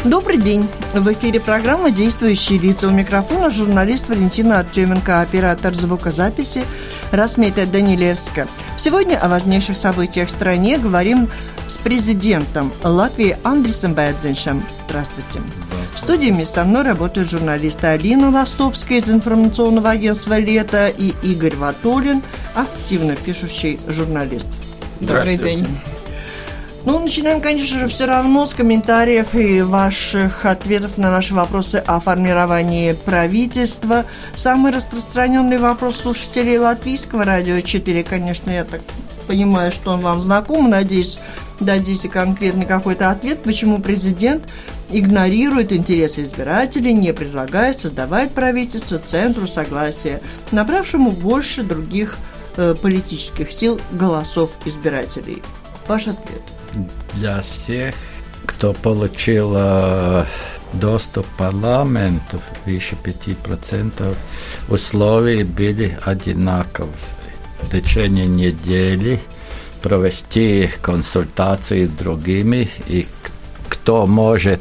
Добрый день. В эфире программа «Действующие лица». У микрофона журналист Валентина Артеменко, оператор звукозаписи Расмета Данилевска. Сегодня о важнейших событиях в стране говорим с президентом Латвии Андрисом Бēdziņšam. Здравствуйте. В студии вместе со мной работают журналисты Алина Ластовская из информационного агентства «Лето» и Игорь Ватулин, активно пишущий журналист. Добрый день. Начинаем, конечно же, все равно с комментариев и ваших ответов на наши вопросы о формировании правительства. Самый распространенный вопрос слушателей Латвийского радио 4, конечно, я так понимаю, что он вам знаком. Надеюсь, дадите конкретный какой-то ответ, почему президент игнорирует интересы избирателей, не предлагает создавать правительство центру согласия, набравшему больше других политических сил голосов избирателей. Ваш ответ. Для всех, кто получил доступ к парламенту, выше 5%, условия были одинаковые. В течение недели провести консультации с другими, и кто может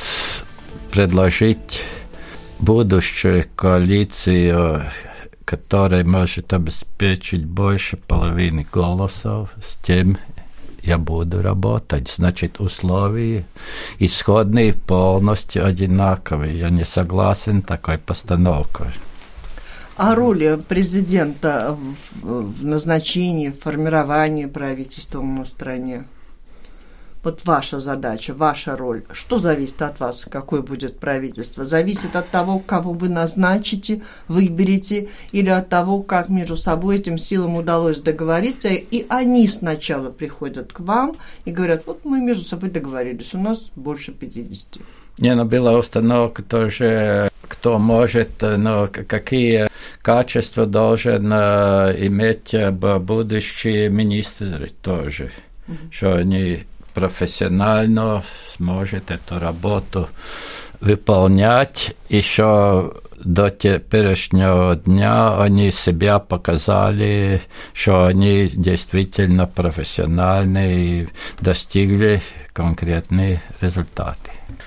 предложить будущую коалицию, которая может обеспечить больше половины голосов, с тем я буду работать. Значит, условия исходные полностью одинаковые. Я не согласен с такой постановкой. А роль президента в назначении, в формировании правительства на стране? Вот ваша задача, ваша роль. Что зависит от вас, какое будет правительство? Зависит от того, кого вы назначите, выберете, или от того, как между собой этим силам удалось договориться, и они сначала приходят к вам и говорят, вот мы между собой договорились, у нас больше 50. Была установка тоже, кто может, какие качества должен иметь будущие министры тоже, что они профессионально сможет эту работу выполнять. Еще до теперешнего дня они себя показали, что они действительно профессиональны и достигли конкретные результаты.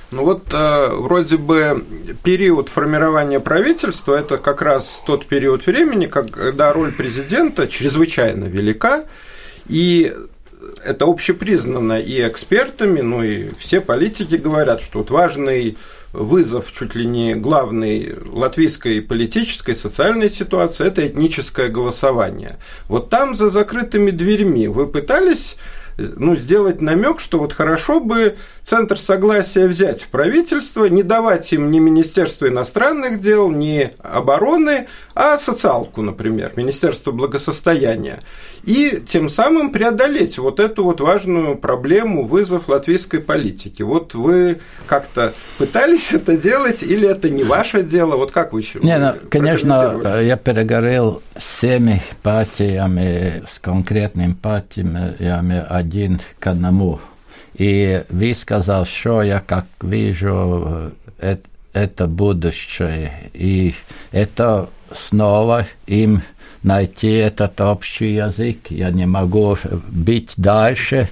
Вроде бы период формирования правительства – это как раз тот период времени, когда роль президента чрезвычайно велика, и это общепризнано и экспертами, и все политики говорят, что важный вызов, чуть ли не главный латвийской политической, социальной ситуации – это этническое голосование. Вот там за закрытыми дверьми вы пытались сделать намек, что хорошо бы центр согласия взять в правительство, не давать им ни Министерство иностранных дел, ни обороны, а социалку, например, Министерство благосостояния, и тем самым преодолеть эту важную проблему, вызов латвийской политики. Вы как-то пытались это делать, или это не ваше дело? Как вы еще? Конечно, я переговорил с всеми партиями, с конкретными партиями один к одному. И высказал, что я как вижу это будущее. И это снова им найти этот общий язык. Я не могу быть дальше.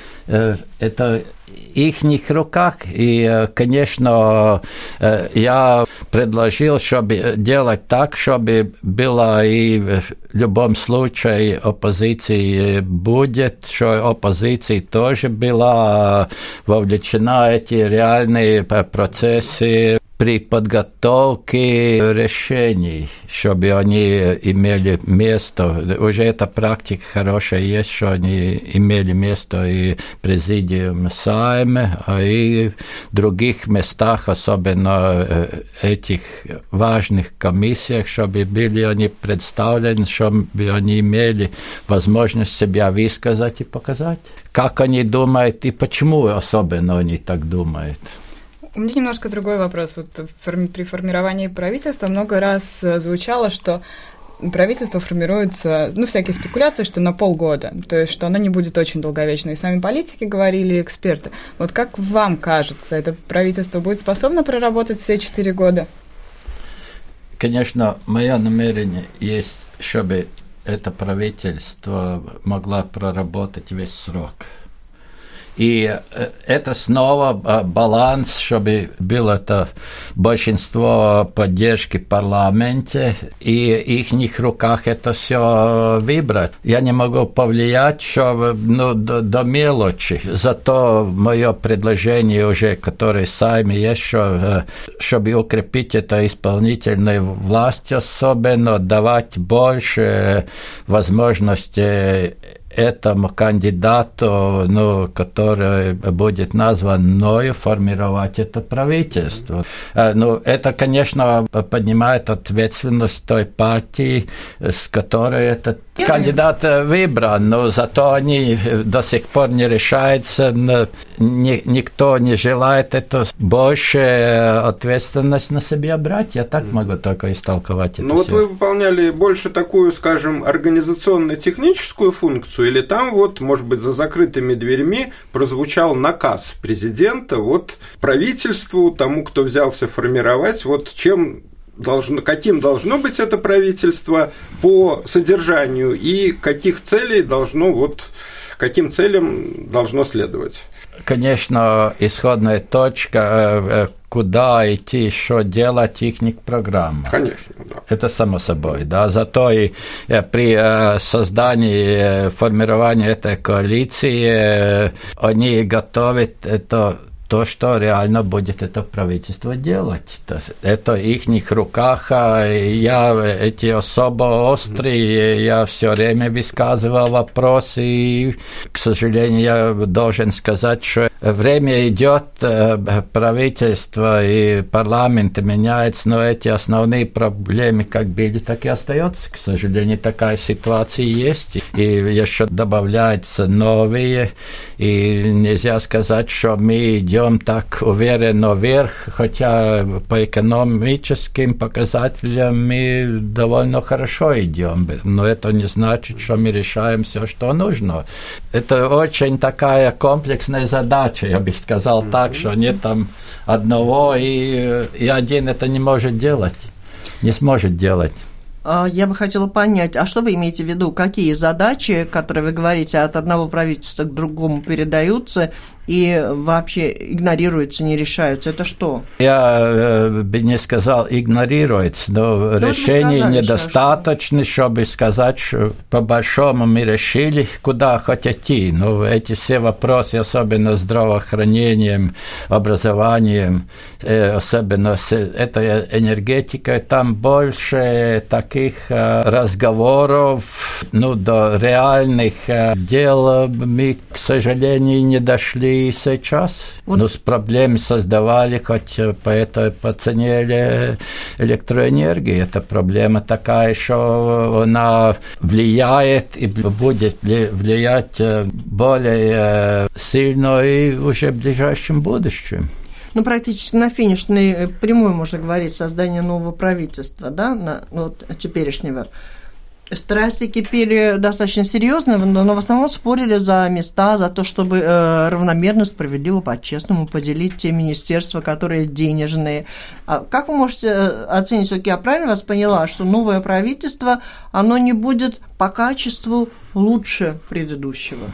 Это в их руках. И, конечно, я предложил, чтобы делать так, чтобы было и в любом случае оппозиции будет, что оппозиция тоже была вовлечена в эти реальные процессы при подготовке решений, чтобы они имели место. Уже эта практика хорошая есть, что они имели место и в президиуме Сайме, а и в других местах, особенно этих важных комиссиях, чтобы были они представлены, чтобы они имели возможность себя высказать и показать, как они думают и почему особенно они так думают. У меня немножко другой вопрос. При формировании правительства много раз звучало, что правительство формируется, всякие спекуляции, что на полгода, то есть, что оно не будет очень долговечно. И сами политики говорили, эксперты. Как вам кажется, это правительство будет способно проработать все 4 года? Конечно, мое намерение есть, чтобы это правительство могло проработать весь срок. И это снова баланс, чтобы было это большинство поддержки в парламенте, и в их руках это все выбрать. Я не могу повлиять, что до мелочи. Зато мое предложение уже, которое сами есть, чтобы укрепить это исполнительной власти, особенно давать больше возможностей этому кандидату, который будет назван мною, формировать это правительство. Это, конечно, поднимает ответственность той партии, с которой этот кандидат выбран, но зато они до сих пор не решаются, никто не желает эту большую ответственность на себя брать. Я так могу только истолковать это. Вот вы выполняли больше такую, скажем, организационно-техническую функцию, или там может быть, за закрытыми дверьми прозвучал наказ президента правительству, тому, кто взялся формировать, каким должно быть это правительство по содержанию и каким целям должно следовать? Конечно, исходная точка, куда идти, что делать, их программа. Конечно, да. Это само собой, да. Зато и при создании, формировании этой коалиции они готовят это то, что реально будет это правительство делать. Это в их руках. Эти особо острые, я все время высказывал вопросы, и, к сожалению, я должен сказать, что время идет, правительство и парламент меняются, но эти основные проблемы как были, так и остаются. К сожалению, такая ситуация есть, и еще добавляются новые, и нельзя сказать, что мы идем так уверенно вверх, хотя по экономическим показателям мы довольно хорошо идем, но это не значит, что мы решаем все, что нужно. Это очень такая комплексная задача, я бы сказал так, что нет там одного, и один это не может делать, не сможет делать. Я бы хотела понять, а что вы имеете в виду, какие задачи, которые вы говорите, от одного правительства к другому передаются и вообще игнорируются, не решаются? Это что? Я бы не сказал игнорируется, но решений недостаточно, чтобы сказать, что по-большому мы решили, куда хоть идти. Но эти все вопросы, особенно здравоохранением, образованием, особенно с этой энергетикой, там больше таких разговоров, до реальных дел мы, к сожалению, не дошли сейчас. Но с проблем создавали, хоть по цене электроэнергии. Это проблема такая, что она влияет и будет влиять более сильно и уже в ближайшем будущем. Практически на финишной прямой, можно говорить, создание нового правительства, да, теперешнего. Страсти кипели достаточно серьезно, но в основном спорили за места, за то, чтобы равномерно, справедливо, по-честному поделить те министерства, которые денежные. Как вы можете оценить, все-таки я правильно вас поняла, что новое правительство, оно не будет по качеству лучше предыдущего?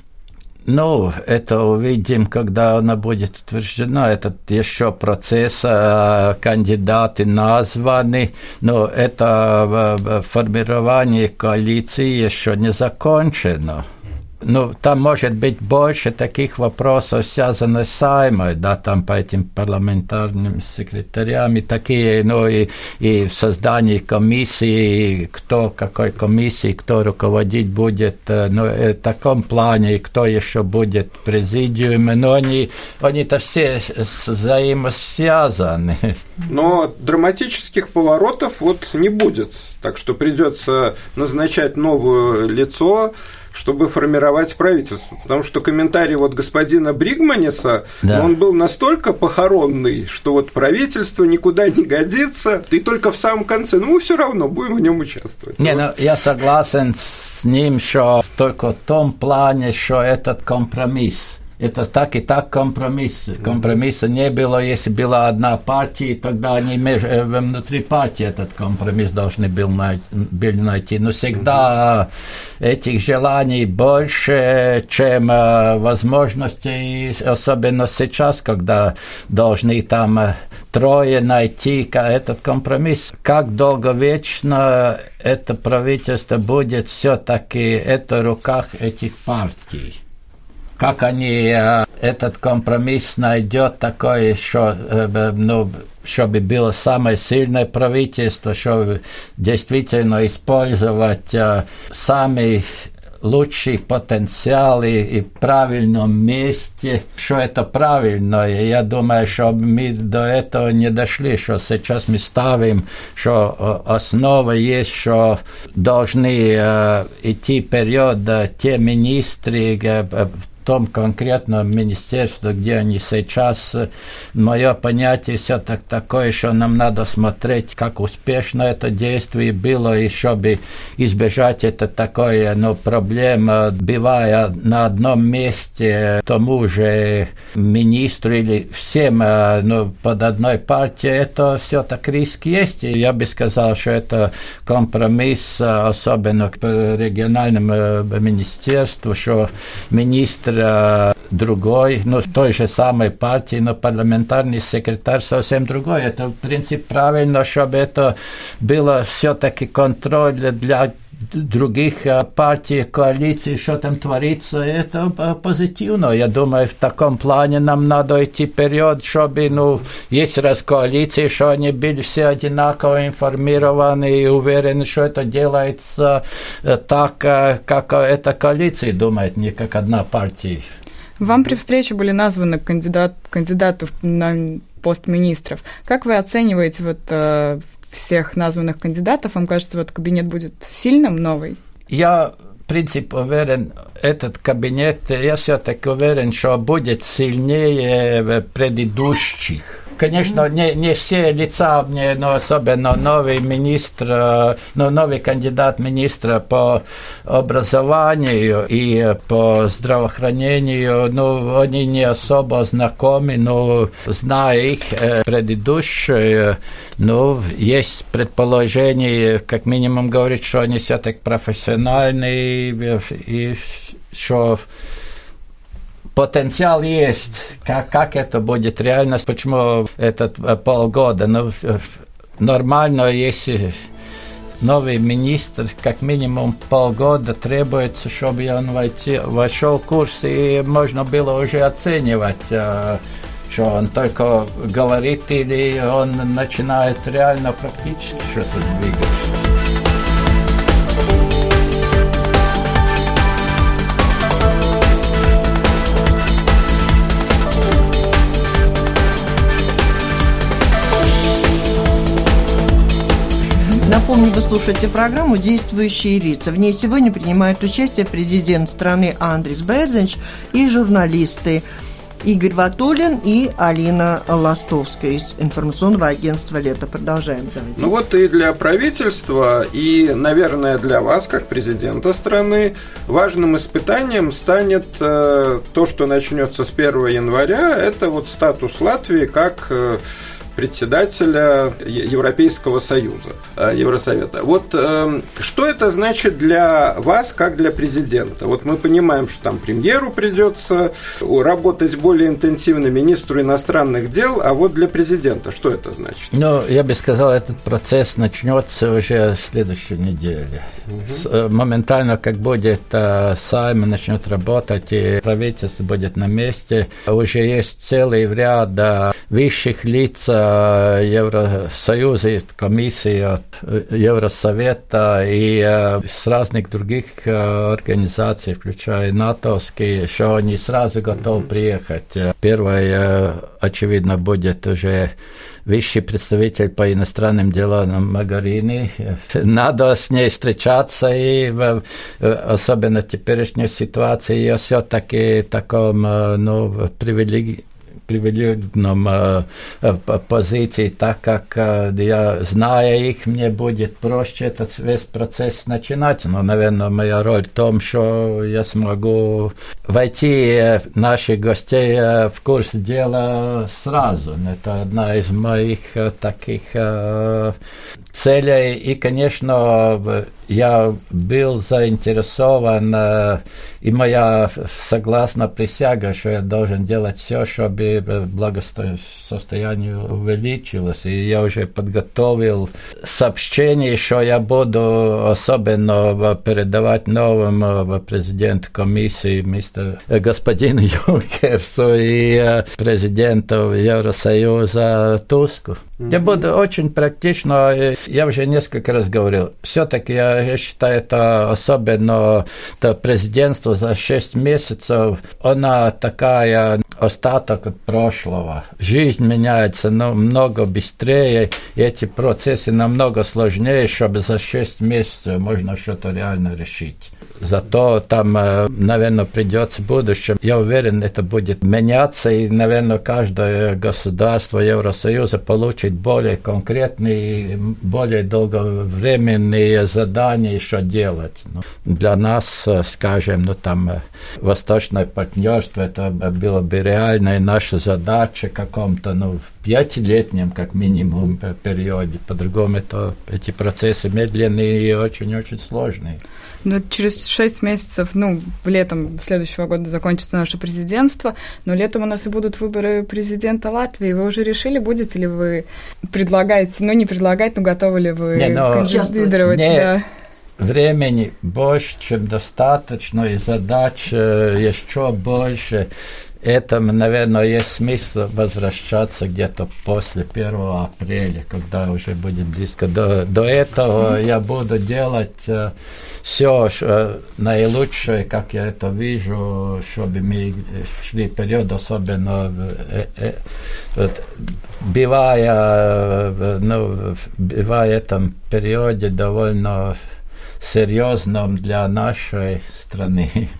Это увидим, когда она будет утверждена. Это еще процесс, кандидаты названы, но это формирование коалиции еще не закончено. Там может быть больше таких вопросов, связанных с Саймой, да, там по этим парламентарным секретарям, и такие, и в создании комиссии, какой комиссии, кто руководить будет, в таком плане, и кто еще будет в президиуме, но они-то все взаимосвязаны. Но драматических поворотов не будет, так что придется назначать новое лицо, чтобы формировать правительство. Потому что комментарий господина Бригманеса, он был настолько похоронный, что правительство никуда не годится, и только в самом конце, мы все равно будем в нем участвовать. Я согласен с ним, что только в том плане, что этот компромисс. Это так и так компромисс. Компромисса не было. Если была одна партия, тогда они внутри партии этот компромисс должны были найти. Но всегда этих желаний больше, чем возможностей, особенно сейчас, когда должны там трое найти этот компромисс. Как долговечно это правительство будет, все-таки это в руках этих партий. Как они этот компромисс найдут такое, чтобы было самое сильное правительство, чтобы действительно использовать самые лучшие потенциалы и в правильном месте, что это правильное. Я думаю, что мы до этого не дошли, что сейчас мы ставим, что основа есть, что должны идти вперед те министры, в том конкретном министерстве, где они сейчас. Мое понятие все такое, что нам надо смотреть, как успешно это действие было, и чтобы избежать это такое, проблем, бывая на одном месте тому же министру или всем под одной партией, это все так риск есть. И я бы сказал, что это компромисс, особенно к региональному министерству, что министр другой, той же самой партии, но парламентарный секретарь совсем другой. Это, в принципе, правильно, чтобы это было все-таки контроль для других партий, коалиций, что там творится, это позитивно. Я думаю, в таком плане нам надо идти вперед, чтобы, есть раз коалиции, что они были все одинаково информированы и уверены, что это делается так, как эта коалиция думает, не как одна партия. Вам при встрече были названы кандидатов на пост министров. Как вы оцениваете всех названных кандидатов? Вам кажется, кабинет будет сильным, новый? Я, в принципе, уверен, этот кабинет, я все-таки уверен, что будет сильнее предыдущих. Конечно, не все лица мне, но особенно новый министр, новый кандидат министра по образованию и по здравоохранению, они не особо знакомы, но зная их предыдущие, есть предположение, как минимум говорит, что они все-таки профессиональные и что потенциал есть. Как это будет реально? Почему этот полгода? Нормально, если новый министр, как минимум полгода требуется, чтобы он вошел в курс, и можно было уже оценивать, что он только говорит, или он начинает реально практически что-то двигать. Напомню, вы слушаете программу «Действующие лица». В ней сегодня принимают участие президент страны Андрис Бērziņš и журналисты Игорь Ватулин и Алина Ластовская из информационного агентства «Лето». Продолжаем. Давайте. И для правительства, и, наверное, для вас, как президента страны, важным испытанием станет то, что начнется с 1 января. Это статус Латвии как председателя Европейского Союза, Евросовета. Что это значит для вас, как для президента? Мы понимаем, что там премьеру придется работать более интенсивно, министру иностранных дел, а для президента что это значит? Я бы сказал, этот процесс начнется уже в следующей неделе. Моментально, как будет Сайм начнет работать, и правительство будет на месте. Уже есть целый ряд высших лиц Евросоюза, комиссии, Евросовета и с разных других организаций, включая натовские, что они сразу готовы приехать. Первое, очевидно, будет уже высший представитель по иностранным делам Могарини. Надо с ней встречаться, и особенно в теперешней ситуации ее все-таки в таком привилегированном позиции, так как я, зная их, мне будет проще этот весь процесс начинать. Но, наверное, моя роль в том, что я смогу войти наших гостей в курс дела сразу. Это одна из моих таких целей. И, конечно, я был заинтересован, и моя согласна присяга, что я должен делать все, чтобы благосостояние увеличилось. И я уже подготовил сообщение, что я буду особенно передавать новому президенту комиссии, господину Юнкерсу и президенту Евросоюза Туску. Я буду очень практично, я уже несколько раз говорил, все-таки я считаю, это особенно это президентство за 6 месяцев, она такая остаток от прошлого. Жизнь меняется намного быстрее, и эти процессы намного сложнее, чтобы за 6 месяцев можно что-то реально решить. Зато там, наверное, придется в будущем. Я уверен, это будет меняться, и, наверное, каждое государство Евросоюза получит более конкретные, более долговременные задания, что делать. Для нас, скажем, там восточное партнерство, это было бы реальная наша задача в каком-то, в 5-летнем, как минимум, периоде. По-другому эти процессы медленные и очень-очень сложные. Но через 6 месяцев, летом следующего года закончится наше президентство, но летом у нас и будут выборы президента Латвии. Вы уже решили, будете ли вы предлагать, не предлагать, но готовы ли вы кандидировать? Да. Времени больше, чем достаточно, и задач еще больше. Это, наверное, есть смысл возвращаться где-то после 1 апреля, когда уже будет близко. До этого я буду делать все наилучшее, как я это вижу, чтобы мы шли вперед, особенно бывая в этом периоде довольно серьезном для нашей страны.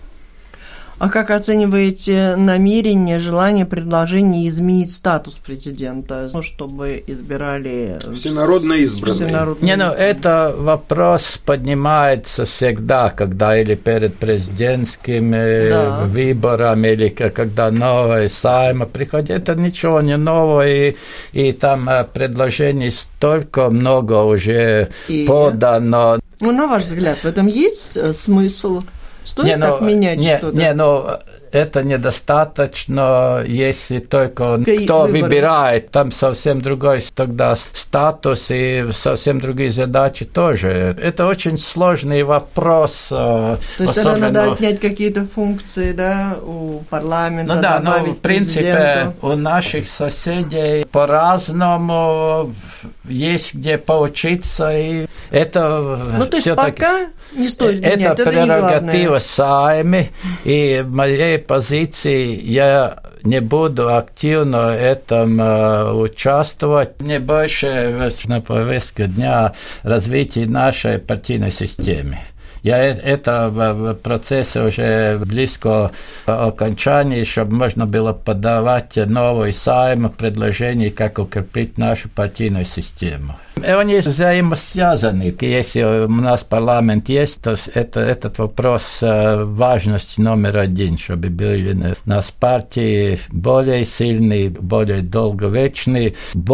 А как оцениваете намерение, желание, предложение изменить статус президента, чтобы избирали всенародно избранные? Это вопрос поднимается всегда, когда или перед президентскими выборами, или когда новая сайма приходит. Это ничего не нового, и там предложений столько много уже подано. На ваш взгляд, в этом есть смысл? Стоит так менять что-то? Это недостаточно, если только кто выбирает. Там совсем другой тогда статус и совсем другие задачи тоже. Это очень сложный вопрос. То есть тогда надо отнять какие-то функции, у парламента, добавить в принципе, президенту. у наших соседей по-разному есть где поучиться. И это то есть пока не стоит менять, это прерогатива Сайми, и в моей позиции я не буду активно в этом участвовать. Мне больше на повестке дня развития нашей партийной системы. Это в процессе уже близко к окончанию, чтобы можно было подавать новые саймы, предложения, как укрепить нашу партийную систему. Они взаимосвязаны. Если у нас парламент есть, то этот вопрос важности номер один, чтобы были у нас партии более сильные, более долговечные,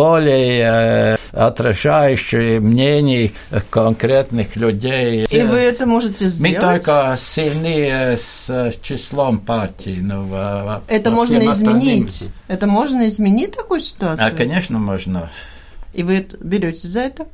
более отражающие мнения конкретных людей. И вы это можете сделать? Мы только сильнее с числом партий. Это можно изменить? Это можно изменить такую ситуацию? Конечно, можно. И вы беретесь за это?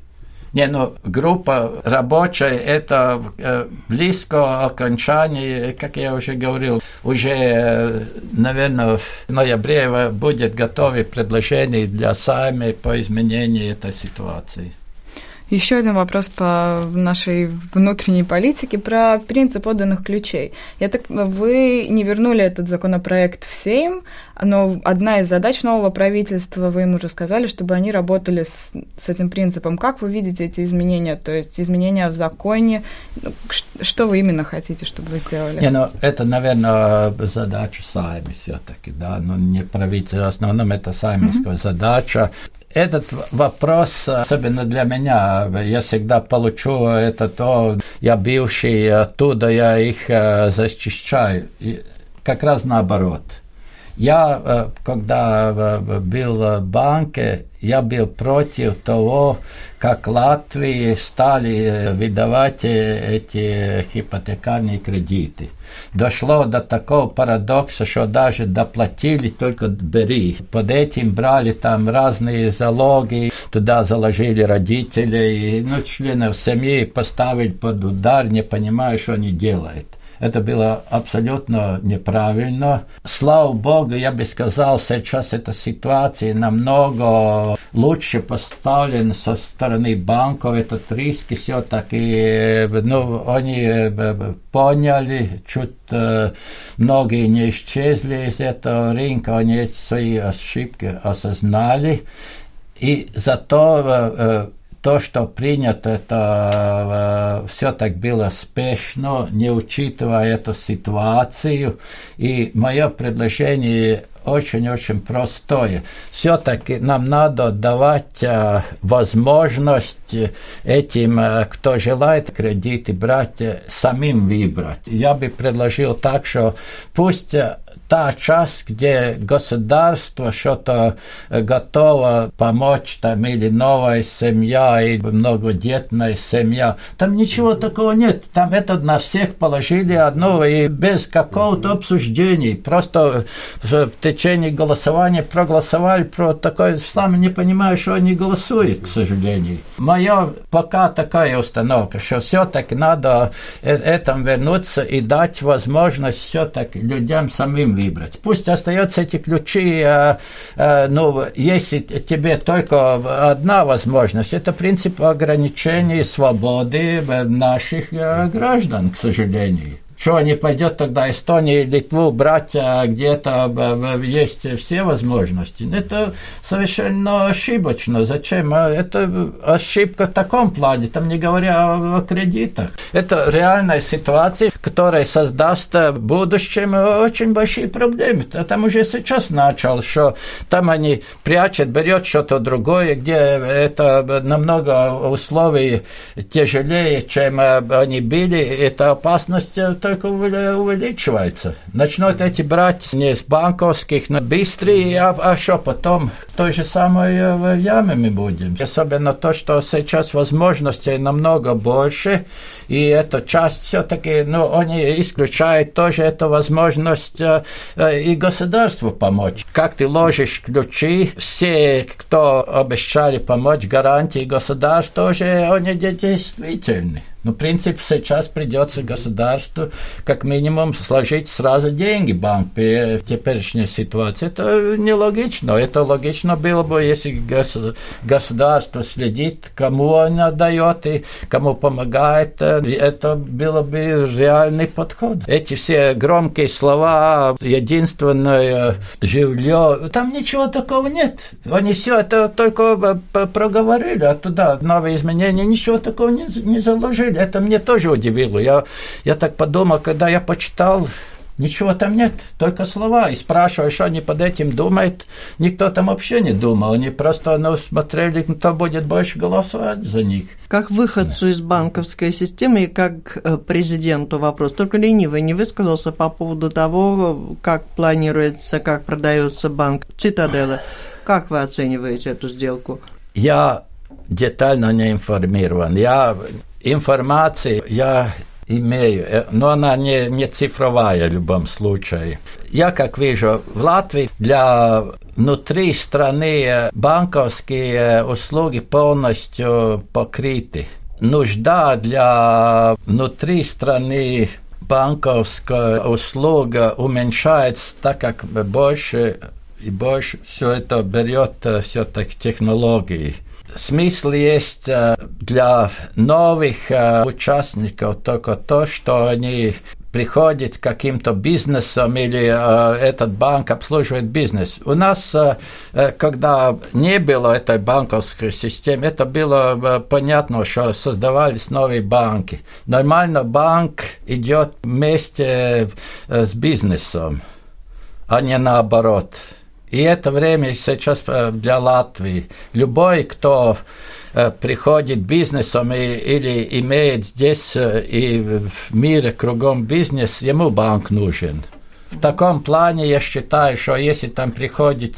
Группа рабочая, это близко окончания, как я уже говорил, уже, наверное, в ноябре будет готовы предложения для Сайма по изменению этой ситуации. Еще один вопрос по нашей внутренней политике про принцип отданных ключей. Вы не вернули этот законопроект в Сейм, но одна из задач нового правительства, вы им уже сказали, чтобы они работали с этим принципом. Как вы видите эти изменения? То есть изменения в законе, что вы именно хотите, чтобы вы сделали? Это, наверное, задача Сейма все-таки, да, но не правительство, в основном это сеймовская задача. Этот вопрос, особенно для меня, я всегда получу я бывший оттуда, я их защищаю. Как раз наоборот. Я, когда был в банке, я был против того, как Латвии стали выдавать эти ипотекарные кредиты. Дошло до такого парадокса, что даже доплатили, только бери. Под этим брали там разные залоги, туда заложили родителей, членов семьи поставили под удар, не понимая, что они делают. Это было абсолютно неправильно. Слава Богу, я бы сказал, сейчас эта ситуация намного лучше поставлена со стороны банков. Этот риск все-таки, они поняли, многие не исчезли из этого рынка, они свои ошибки осознали. И зато то, что принято, это все так было спешно, не учитывая эту ситуацию. И мое предложение очень-очень простое. Все-таки нам надо давать возможность этим, кто желает кредиты брать, самим выбрать. Я бы предложил так, что пусть та часть, где государство что-то готово помочь, там, или новая семья, или многодетная семья, там ничего такого нет. Там это на всех положили одно, и без какого-то обсуждения. Просто в течение голосования проголосовали про такое, сам не понимаю, что они голосуют, к сожалению. Моя пока такая установка, что все-таки надо этому вернуться и дать возможность все-таки людям самим выбрать. Пусть остаются эти ключи, если тебе только одна возможность, это принцип ограничения свободы наших граждан, к сожалению. Что не пойдет тогда Эстонию и Литву брать, где-то есть все возможности? Это совершенно ошибочно. Зачем? Это ошибка в таком плане, там не говоря о кредитах. Это реальная ситуация, которая создаст в будущем очень большие проблемы. Там уже сейчас начал, что там они прячут, берет что-то другое, где это намного условий тяжелее, чем они были. Эта опасность только увеличивается. Начнут эти брать не с банковских, но быстрее, а что потом? Той же самой яме мы будем. Особенно то, что сейчас возможностей намного больше, и эта часть все-таки, они исключают тоже эту возможность и государству помочь. Как ты ложишь ключи, все, кто обещали помочь, гарантии государства, тоже они действительны. В принципе, сейчас придется государству как минимум сложить сразу деньги банк в теперешней ситуации. Это нелогично. Это логично было бы, если государство следит, кому оно дает и кому помогает. Это было бы реальный подход. Эти все громкие слова, единственное жилье, там ничего такого нет. Они все это только проговорили, а туда новые изменения, ничего такого не заложили. Это мне тоже удивило. Я так подумал, когда я почитал, ничего там нет, только слова. И спрашиваю, что они под этим думают. Никто там вообще не думал. Они просто смотрели, кто будет больше голосовать за них. Как выходцу из банковской системы и как президенту вопрос. Только ленивый не высказался по поводу того, как планируется, как продается банк Цитадель. Как вы оцениваете эту сделку? Я детально не информирован. Информацию я имею, но она не цифровая в любом случае. Я, как вижу, в Латвии для внутри страны банковские услуги полностью покрыты. Нужда для внутри страны банковская услуга уменьшается, так как больше и больше все это берет все-таки технологии. смысл есть для новых участников только то, что они приходят к каким-то бизнесам или этот банк обслуживает бизнес. У нас, когда не было этой банковской системы, это было понятно, что создавались новые банки. Нормально банк идет вместе с бизнесом, а не наоборот. И это время сейчас для Латвии. Любой, кто приходит бизнесом или имеет здесь и в мире кругом бизнес, ему банк нужен. В таком плане я считаю, что если там приходит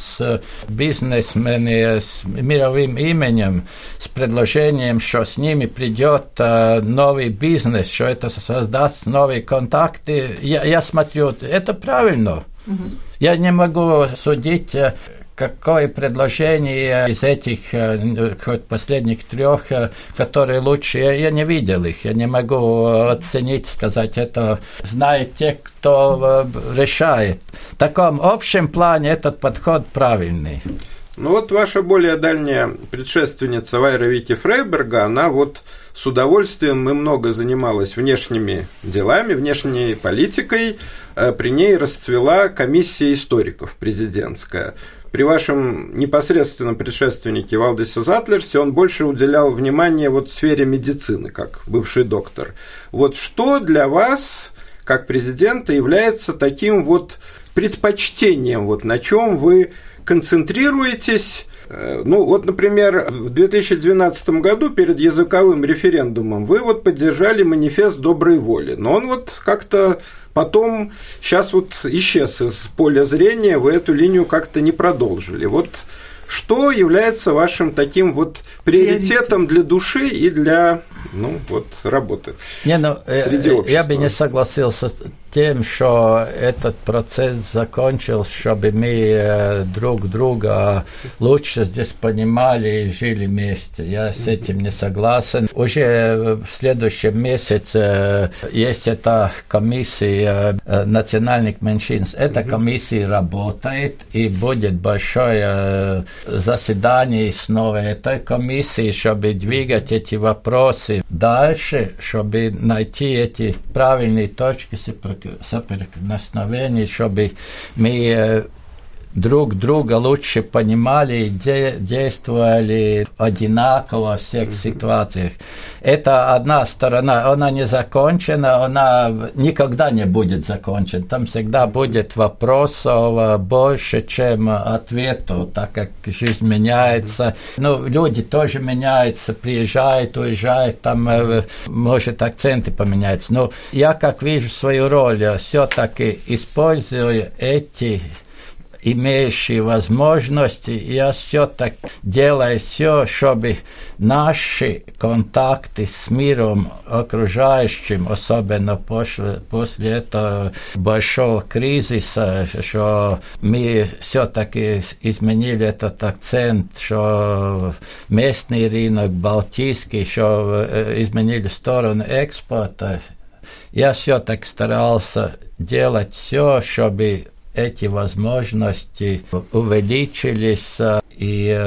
бизнесмены с мировым именем, с предложением, что с ними придет новый бизнес, что это создаст новые контакты, я смотрю, это правильно. Я не могу судить, какое предложение из этих хоть последних 3, которые лучше, я не видел их, я не могу оценить, сказать, это знают те, кто решает. В таком общем плане этот подход правильный. Ну вот ваша более дальняя предшественница Вайра Вики Фрейберга, она вот с удовольствием и много занималась внешними делами, внешней политикой. При ней расцвела комиссия историков президентская. При вашем непосредственном предшественнике Валдисе Затлерсе он больше уделял внимание вот сфере медицины, как бывший доктор. Вот что для вас, как президента, является таким вот предпочтением, вот на чем вы концентрируетесь? Ну, вот, например, в 2012 году перед языковым референдумом вы вот поддержали манифест доброй воли, но он вот как-то потом сейчас вот исчез из поля зрения, вы эту линию как-то не продолжили. Вот что является вашим таким вот приоритетом для души и для, ну, вот, работы среди общества? Я бы не согласился с тем, что этот процесс закончился, чтобы мы друг друга лучше здесь понимали и жили вместе. Я с этим не согласен. Уже в следующем месяце есть эта комиссия национальных меньшинств. Эта комиссия работает, и будет большое заседание снова этой комиссии, чтобы двигать эти вопросы дальше, чтобы найти эти правильные точки соприкосновений, чтобы мы друг друга лучше понимали и действовали одинаково во всех ситуациях. Это одна сторона, она не закончена, она никогда не будет закончена. Там всегда будет вопросов больше, чем ответов, так как жизнь меняется. Ну, люди тоже меняются, приезжают, уезжают, там, может, акценты поменяются. Но я, как вижу свою роль, все-таки использую эти имеющие возможности, я все-таки делаю все, чтобы наши контакты с миром окружающим, особенно после этого большого кризиса, что мы все-таки изменили этот акцент, что местный рынок, балтийский, что изменили сторону экспорта. Я все-таки старался делать все, чтобы эти возможности увеличились, и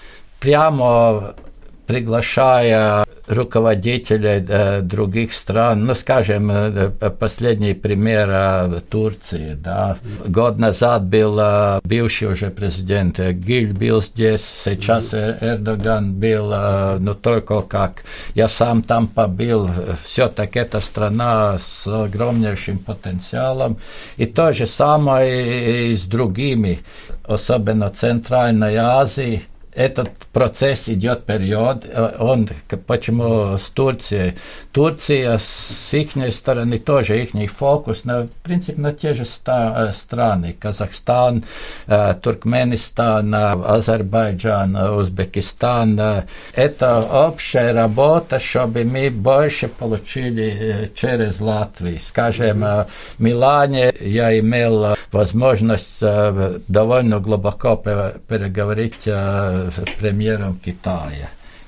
прямо приглашая руководителей других стран, ну, скажем, последний пример Турции, да. Год назад был бывший уже президент Гюль был здесь, сейчас Эрдоган был, но только как я сам там побыл, все-таки это страна с огромнейшим потенциалом, и то же самое и с другими, особенно Центральной Азии. Этот процесс идет период, он, почему с Турцией? Турция с их стороны тоже, их фокус, в принципе, на те же страны, Казахстан, Туркменистан, Азербайджан, Узбекистан. Это общая работа, чтобы мы больше получили через Латвию. Скажем, в Милане я имел возможность довольно глубоко переговорить с премьером Китая.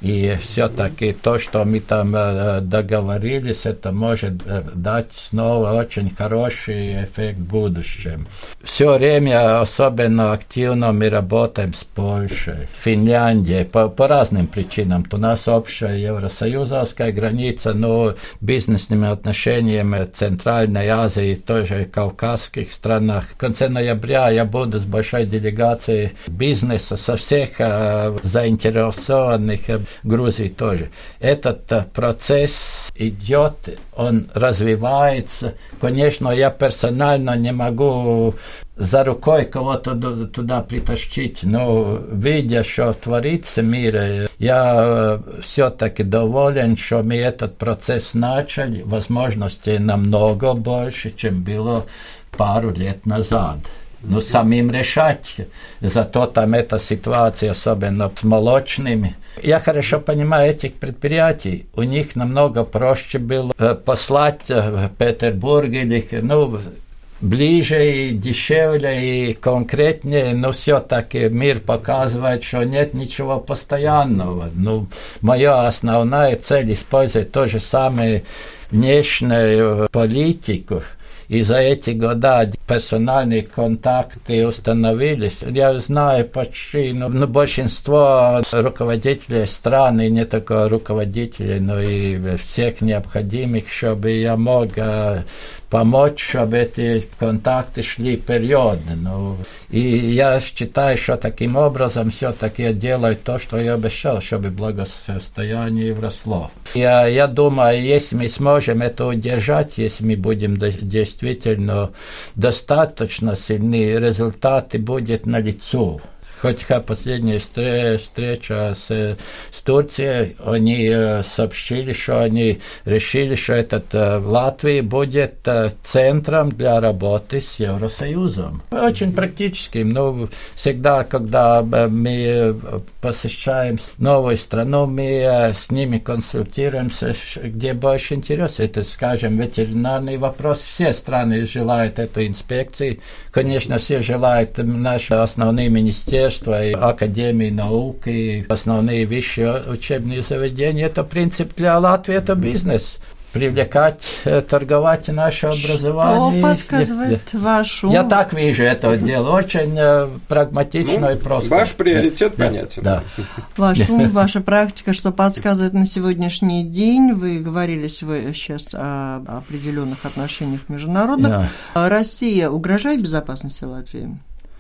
И все-таки то, что мы там договорились, это может дать снова очень хороший эффект в будущем. Все время особенно активно мы работаем с Польшей, Финляндией, по разным причинам. У нас общая евросоюзовская граница, но бизнесными отношениями Центральной Азии, тоже кавказских странах. В конце ноября я буду с большой делегацией бизнеса со всех заинтересованных, Грузии тоже. Этот процесс идет, он развивается. Конечно, я персонально не могу за рукой кого-то туда притащить, но видя, что творится в мире, я все-таки доволен, что мы этот процесс начали. Возможностей намного больше, чем было пару лет назад. Но самим решать, зато там эта ситуация, особенно с молочными. Я хорошо понимаю этих предприятий, у них намного проще было послать в Петербург или, ближе и дешевле и конкретнее, но все-таки мир показывает, что нет ничего постоянного. Моя основная цель использовать то же самое внешнюю политику. И за эти годы персональные контакты установились. Я знаю почти, большинство руководителей страны, не только руководителей, но и всех необходимых, чтобы я мог помочь, чтобы эти контакты шли периодно. И я считаю, что таким образом все-таки я делаю то, что я обещал, чтобы благосостояние росло. Я думаю, если мы сможем это удержать, если мы будем действительно достаточно сильны, результаты будут налицо. Хоть последняя встреча с Турцией, они сообщили, что они решили, что этот Латвия будет центром для работы с Евросоюзом. Очень практическим, но всегда, когда мы посещаем новую страну, мы с ними консультируемся, где больше интереса. Это, скажем, ветеринарный вопрос. Все страны желают эту инспекцию. Конечно, все желают наши основные министерства, и Академии наук, и основные высшие учебные заведения. Это принцип для Латвии, это бизнес. Привлекать, торговать наше образование. Что подсказывает ваш ум? Я так вижу это дело, очень прагматично и просто. Ваш приоритет понятен. Да. Ваш ум, ваша практика, что подсказывает на сегодняшний день? Вы говорили сейчас о определенных отношениях международных. Да. Россия угрожает безопасности Латвии?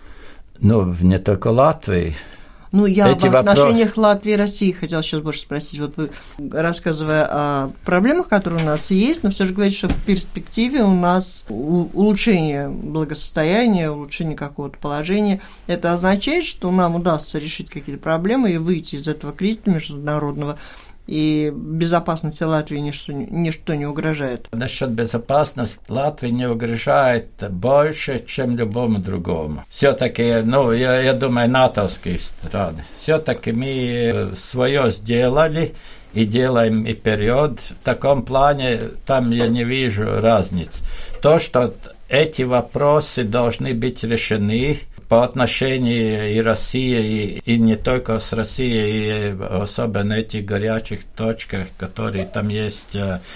Не только Латвии. Я в отношениях Латвии и России хотела сейчас больше спросить. Вот вы, рассказывая о проблемах, которые у нас есть, но все же говорите, что в перспективе у нас улучшение благосостояния, улучшение какого-то положения. Это означает, что нам удастся решить какие-то проблемы и выйти из этого кризиса международного, и безопасности Латвии ничто не угрожает. Насчет безопасности Латвии не угрожает больше, чем любому другому. Все-таки, я думаю, натовские страны. Все-таки мы свое сделали и делаем и вперед. В таком плане там я не вижу разницы. То, что эти вопросы должны быть решены по отношению и России, и не только с Россией, и особенно этих горячих точках, которые там есть,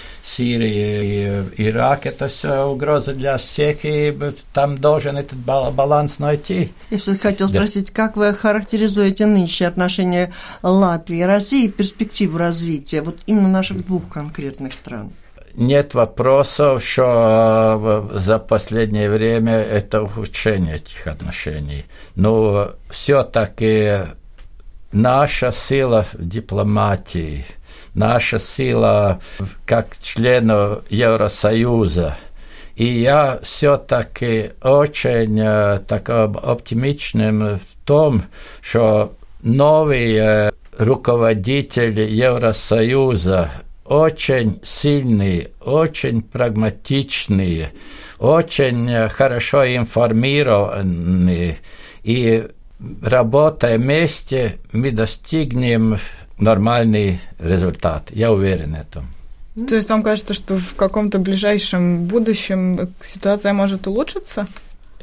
Сирия и Ирак, это все угроза для всех, и там должен этот баланс найти. Я все-таки хотел спросить, как вы характеризуете нынешние отношения Латвии и России, перспективу развития вот именно наших двух конкретных стран? Нет вопросов, что за последнее время это ухудшение этих отношений. Но все-таки наша сила в дипломатии, наша сила как членов Евросоюза. И я все-таки очень оптимистичным в том, что новые руководители Евросоюза очень сильные, очень прагматичные, очень хорошо информированные, и работая вместе, мы достигнем нормальный результат. Я уверен в этом. То есть вам кажется, что в каком-то ближайшем будущем ситуация может улучшиться?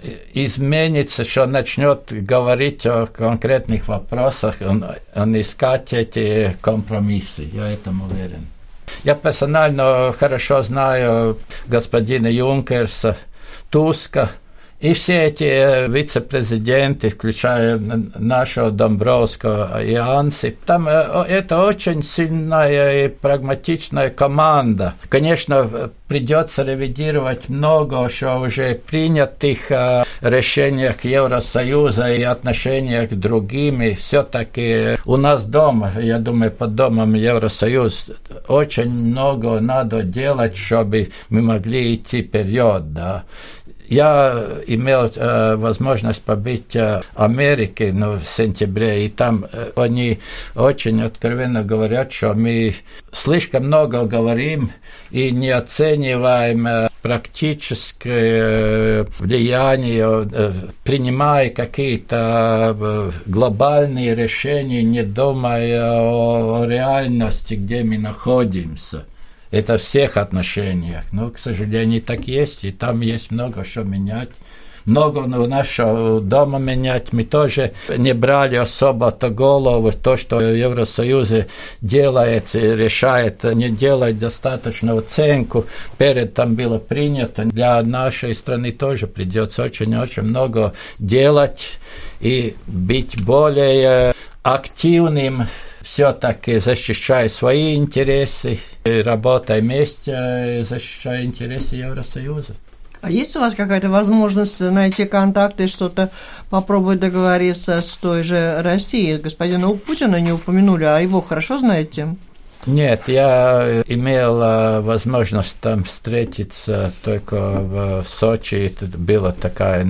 изменится, что начнет говорить о конкретных вопросах, он искать эти компромиссы, я этому уверен. Я персонально хорошо знаю господина Юнкерса, Туска, и все эти вице-президенты, включая нашего Домбровского и Ансип, там это очень сильная и прагматичная команда. Конечно, придется ревидировать много, что уже принятых решениях Евросоюза и отношениях с другими. Все-таки у нас дома, я думаю, под домом Евросоюз, очень много надо делать, чтобы мы могли идти вперед, да. Я имел возможность побыть в Америке в сентябре, и там они очень откровенно говорят, что мы слишком много говорим и не оцениваем практическое влияние, принимая какие-то глобальные решения, не думая о реальности, где мы находимся. Это в всех отношениях. Но, к сожалению, так есть, и там есть много что менять. Много у нашего дома менять. Мы тоже не брали особо-то голову то, что Евросоюз делает, решает, не делать достаточную оценку. Перед там было принято. Для нашей страны тоже придется очень-очень много делать и быть более активным, все-таки защищая свои интересы, работая вместе, защищая интересы Евросоюза. А есть у вас какая-то возможность найти контакты, что-то попробовать договориться с той же Россией? Господина Путина не упомянули, а его хорошо знаете? Нет, я имел возможность там встретиться только в Сочи. Это было такая,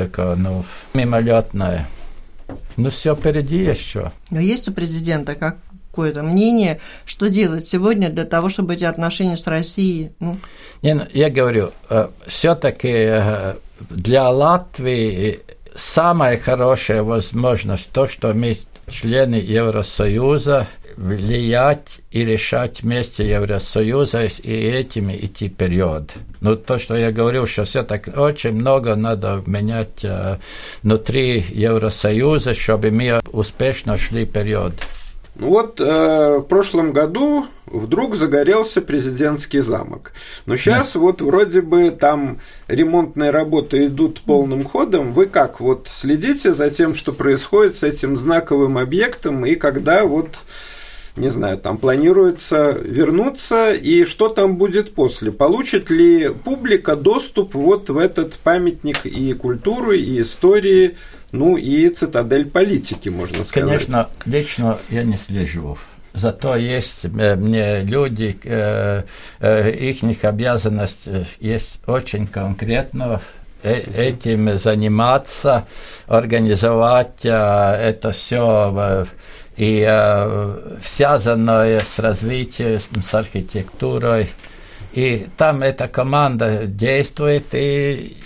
мимолетная. Все впереди еще. Но есть у президента какое-то мнение, что делать сегодня для того, чтобы эти отношения с Россией? Я говорю, все-таки для Латвии самая хорошая возможность то, что мы члены Евросоюза, влиять и решать вместе Евросоюза и этим идти вперед. То, что я говорил, что все-таки очень много надо менять внутри Евросоюза, чтобы мы успешно шли вперед. В прошлом году вдруг загорелся президентский замок. Но сейчас вроде бы там ремонтные работы идут полным ходом. Вы как следите за тем, что происходит с этим знаковым объектом, и когда не знаю, там планируется вернуться, и что там будет после? Получит ли публика доступ в этот памятник и культуры, и истории, и цитадель политики, можно сказать? Конечно, лично я не слежу. Зато есть мне люди, их обязанность есть очень конкретно этим заниматься, организовать это все и связанное с развитием, с архитектурой. И там эта команда действует, и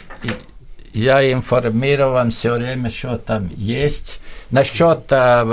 я информирован все время, что там есть. Насчет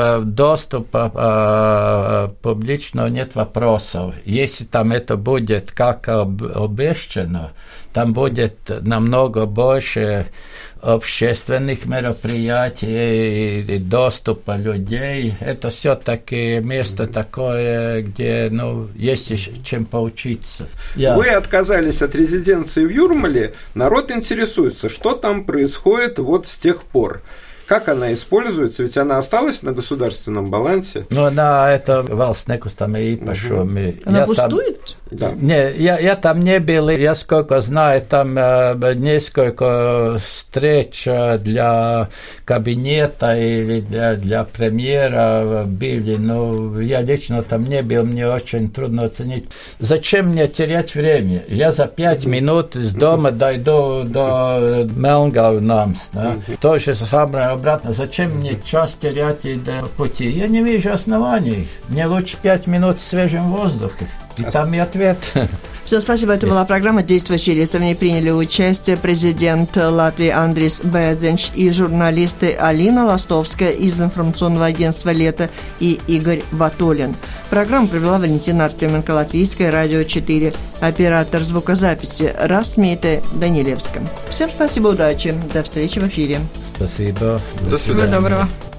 доступа публичного нет вопросов. Если там это будет как обещано, там будет намного больше общественных мероприятий и доступа людей. Это все-таки место такое, где есть чем поучиться. Вы отказались от резиденции в Юрмале. Народ интересуется, что там происходит с тех пор. Как она используется? Ведь она осталась на государственном балансе. Она это valsts nekustamā īpašuma. Она пустует? Да. Не, я там не был. Я сколько знаю, там несколько встреч для кабинета или для премьера были. Я лично там не был, мне очень трудно оценить. Зачем мне терять время? Я за 5 минут из дома дойду до Мелнгау-Намс. То же самое обратно. Зачем мне час терять до пути? Я не вижу оснований. Мне лучше 5 минут в свежем воздухе. И там и ответ. Все, спасибо. Это была программа «Действующие лица». В ней приняли участие президент Латвии Андрис Бēdziņš и журналисты Алина Ластовская из информационного агентства «Лето» и Игорь Ватолин. Программу провела Валентина Артеменко, Латвийское радио 4, оператор звукозаписи Расмита Данилевска. Всем спасибо, удачи. До встречи в эфире. Спасибо. До свидания. Всего доброго.